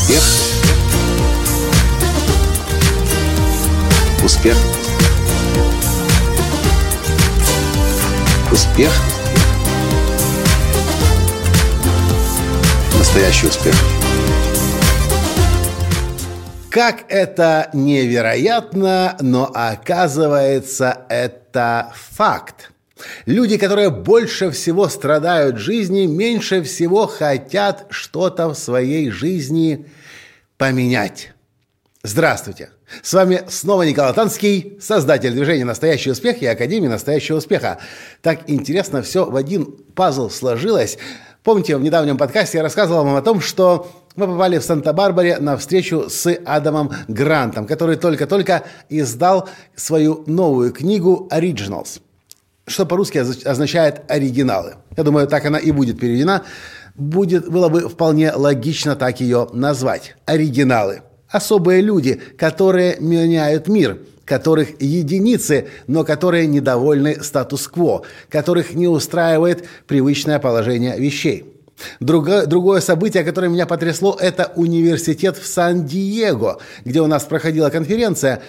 Успех. Успех. Успех. Настоящий успех. Как это невероятно, но оказывается, это факт. Люди, которые больше всего страдают в жизни, меньше всего хотят что-то в своей жизни поменять. Здравствуйте! С вами снова Николай Танский, создатель движения «Настоящий успех» и Академии «Настоящего успеха». Так интересно все в один пазл сложилось. Помните, в недавнем подкасте я рассказывал вам о том, что мы попали в Санта-Барбаре на встречу с Адамом Грантом, который только-только издал свою новую книгу «Originals», что по-русски означает «оригиналы». Я думаю, так она и будет переведена. Было бы вполне логично так ее назвать. Оригиналы. Особые люди, которые меняют мир, которых единицы, но которые недовольны статус-кво, которых не устраивает привычное положение вещей. Другое событие, которое меня потрясло, это университет в Сан-Диего, где у нас проходила конференция.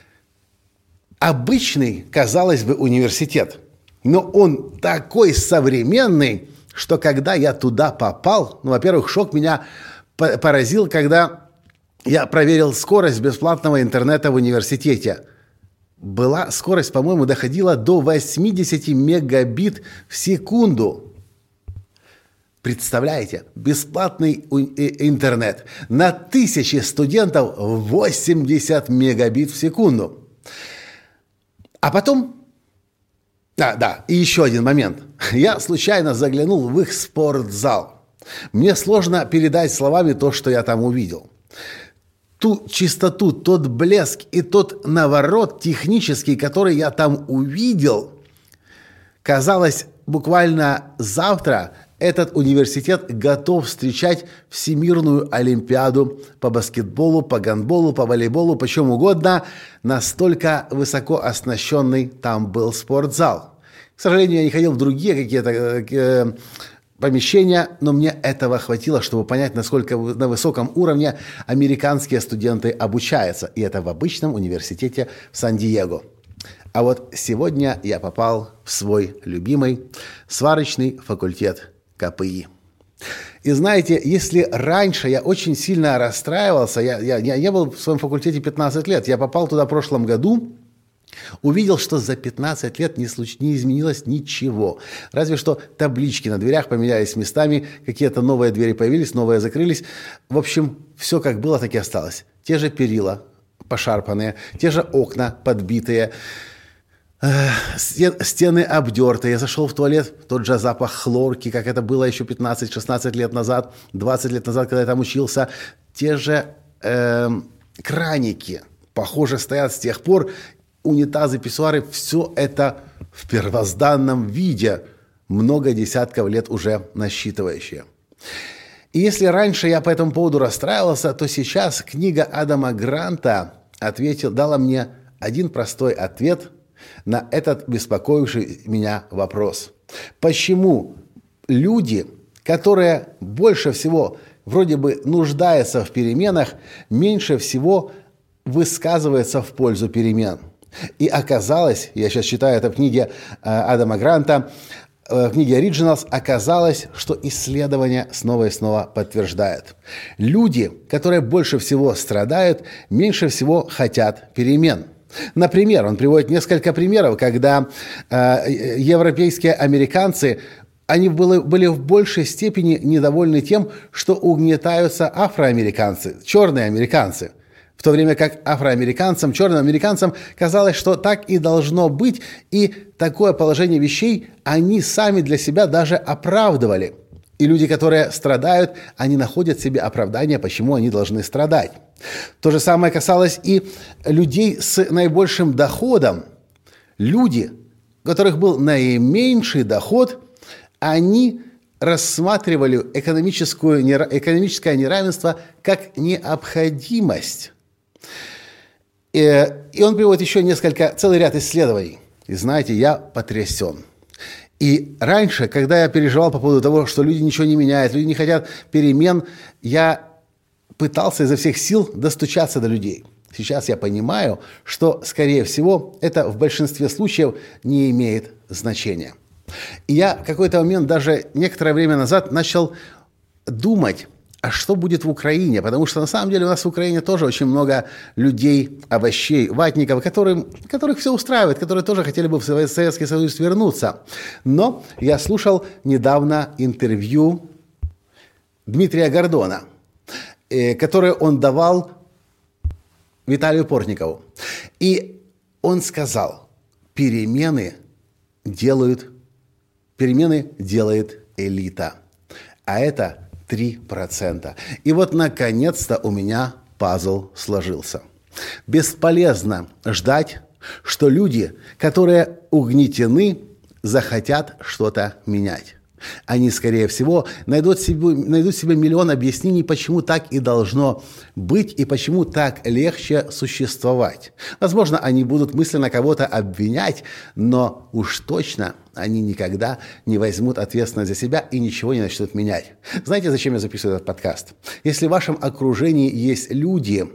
Обычный, казалось бы, университет, но он такой современный, что когда я туда попал, во-первых, шок меня поразил, когда я проверил скорость бесплатного интернета в университете. Была скорость, по-моему, доходила до 80 мегабит в секунду. Представляете, бесплатный интернет на 1000 студентов 80 мегабит в секунду. А потом... и еще один момент. Я случайно заглянул в их спортзал. Мне сложно передать словами то, что я там увидел. Ту чистоту, тот блеск и тот наворот технический, который я там увидел, казалось, буквально завтра этот университет готов встречать Всемирную Олимпиаду по баскетболу, по гандболу, по волейболу, по чему угодно. Настолько высоко оснащенный там был спортзал. К сожалению, я не ходил в другие какие-то помещения, но мне этого хватило, чтобы понять, насколько на высоком уровне американские студенты обучаются. И это в обычном университете в Сан-Диего. А вот сегодня я попал в свой любимый сварочный факультет КПИ. И знаете, если раньше я очень сильно расстраивался, я не был в своем факультете 15 лет, я попал туда в прошлом году, увидел, что за 15 лет не изменилось ничего. Разве что таблички на дверях поменялись местами, какие-то новые двери появились, новые закрылись. В общем, все как было, так и осталось. Те же перила пошарпанные, те же окна подбитые, стены обдертые. Я зашел в туалет, тот же запах хлорки, как это было еще 15-16 лет назад, 20 лет назад, когда я там учился. Те же краники, похоже, стоят с тех пор. Унитазы, писсуары, все это в первозданном виде, много десятков лет уже насчитывающие. И если раньше я по этому поводу расстраивался, то сейчас книга Адама Гранта дала мне один простой ответ на этот беспокоивший меня вопрос. Почему люди, которые больше всего вроде бы нуждаются в переменах, меньше всего высказываются в пользу перемен? И оказалось, я сейчас читаю это в книге Адама Гранта, в книге Originals, оказалось, что исследования снова и снова подтверждают. Люди, которые больше всего страдают, меньше всего хотят перемен. Например, он приводит несколько примеров, когда европейские американцы, они были в большей степени недовольны тем, что угнетаются афроамериканцы, черные американцы. В то время как афроамериканцам, черным американцам казалось, что так и должно быть, и такое положение вещей они сами для себя даже оправдывали. И люди, которые страдают, они находят себе оправдание, почему они должны страдать. То же самое касалось и людей с наибольшим доходом. Люди, у которых был наименьший доход, они рассматривали экономическое неравенство как необходимость. И он приводит еще целый ряд исследований. И знаете, я потрясен. И раньше, когда я переживал по поводу того, что люди ничего не меняют, люди не хотят перемен, я пытался изо всех сил достучаться до людей. Сейчас я понимаю, что, скорее всего, это в большинстве случаев не имеет значения. И я в какой-то момент, даже некоторое время назад, начал думать, а что будет в Украине? Потому что на самом деле у нас в Украине тоже очень много людей, овощей, ватников, которых все устраивает, которые тоже хотели бы в Советский Союз вернуться. Но я слушал недавно интервью Дмитрия Гордона, которое он давал Виталию Портникову. И он сказал, перемены делает элита. А это 3%. И вот наконец-то у меня пазл сложился. Бесполезно ждать, что люди, которые угнетены, захотят что-то менять. Они, скорее всего, найдут себе миллион объяснений, почему так и должно быть и почему так легче существовать. Возможно, они будут мысленно кого-то обвинять, но уж точно они никогда не возьмут ответственность за себя и ничего не начнут менять. Знаете, зачем я записываю этот подкаст? Если в вашем окружении есть люди,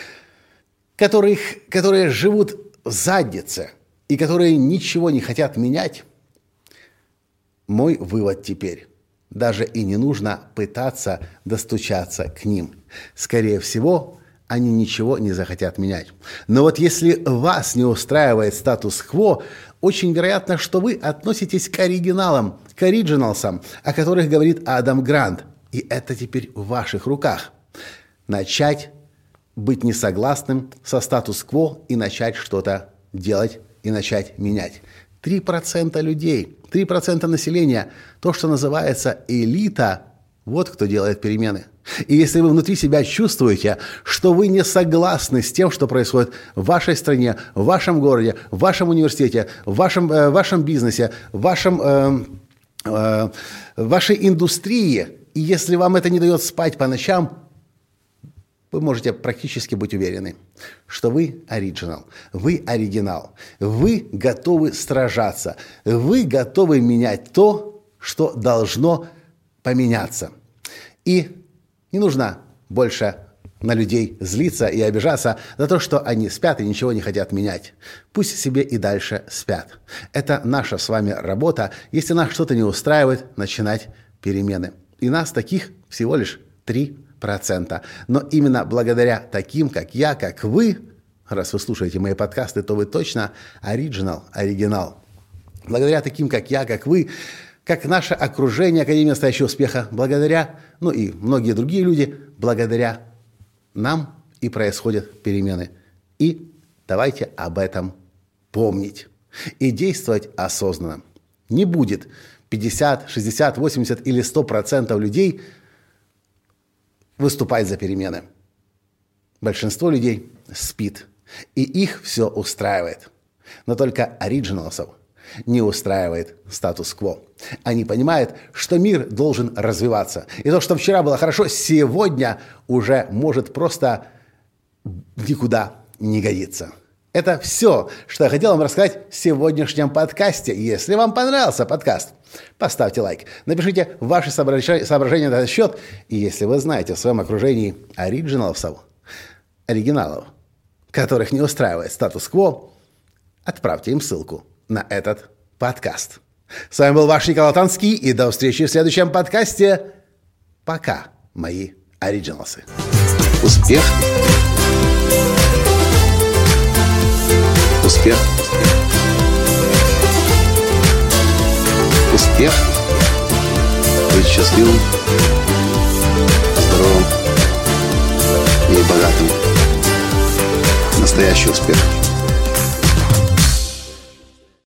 которые живут в заднице и которые ничего не хотят менять, мой вывод теперь. Даже и не нужно пытаться достучаться к ним. Скорее всего, они ничего не захотят менять. Но вот если вас не устраивает статус-кво, очень вероятно, что вы относитесь к оригиналам, к оригиналсам, о которых говорит Адам Грант. И это теперь в ваших руках. Начать быть несогласным со статус-кво и начать что-то делать и начать менять. 3% людей, 3% населения, то, что называется элита, вот кто делает перемены. И если вы внутри себя чувствуете, что вы не согласны с тем, что происходит в вашей стране, в вашем городе, в вашем университете, в вашем бизнесе, в вашей индустрии, и если вам это не дает спать по ночам, вы можете практически быть уверены, что вы оригинал, вы оригинал, вы готовы сражаться, вы готовы менять то, что должно поменяться. И не нужно больше на людей злиться и обижаться за то, что они спят и ничего не хотят менять. Пусть себе и дальше спят. Это наша с вами работа, если нас что-то не устраивает, начинать перемены. И нас таких всего лишь 3%. Но именно благодаря таким, как я, как вы, раз вы слушаете мои подкасты, то вы точно оригинал. Благодаря таким, как я, как вы, как наше окружение Академии настоящего успеха, благодаря, и многие другие люди, благодаря нам и происходят перемены. И давайте об этом помнить и действовать осознанно. Не будет 50, 60, 80 или 100% людей выступать за перемены. Большинство людей спит, и их все устраивает. Но только оригиналсов не устраивает статус-кво. Они понимают, что мир должен развиваться. И то, что вчера было хорошо, сегодня уже может просто никуда не годиться. Это все, что я хотел вам рассказать в сегодняшнем подкасте. Если вам понравился подкаст, поставьте лайк, напишите ваши соображения на этот счет. И если вы знаете в своем окружении оригиналов, которых не устраивает статус-кво, отправьте им ссылку на этот подкаст. С вами был ваш Николай Танский, и до встречи в следующем подкасте. Пока, мои оригиналсы. Успех. Успех. Успех. Быть счастливым, здоровым и богатым. Настоящий успех.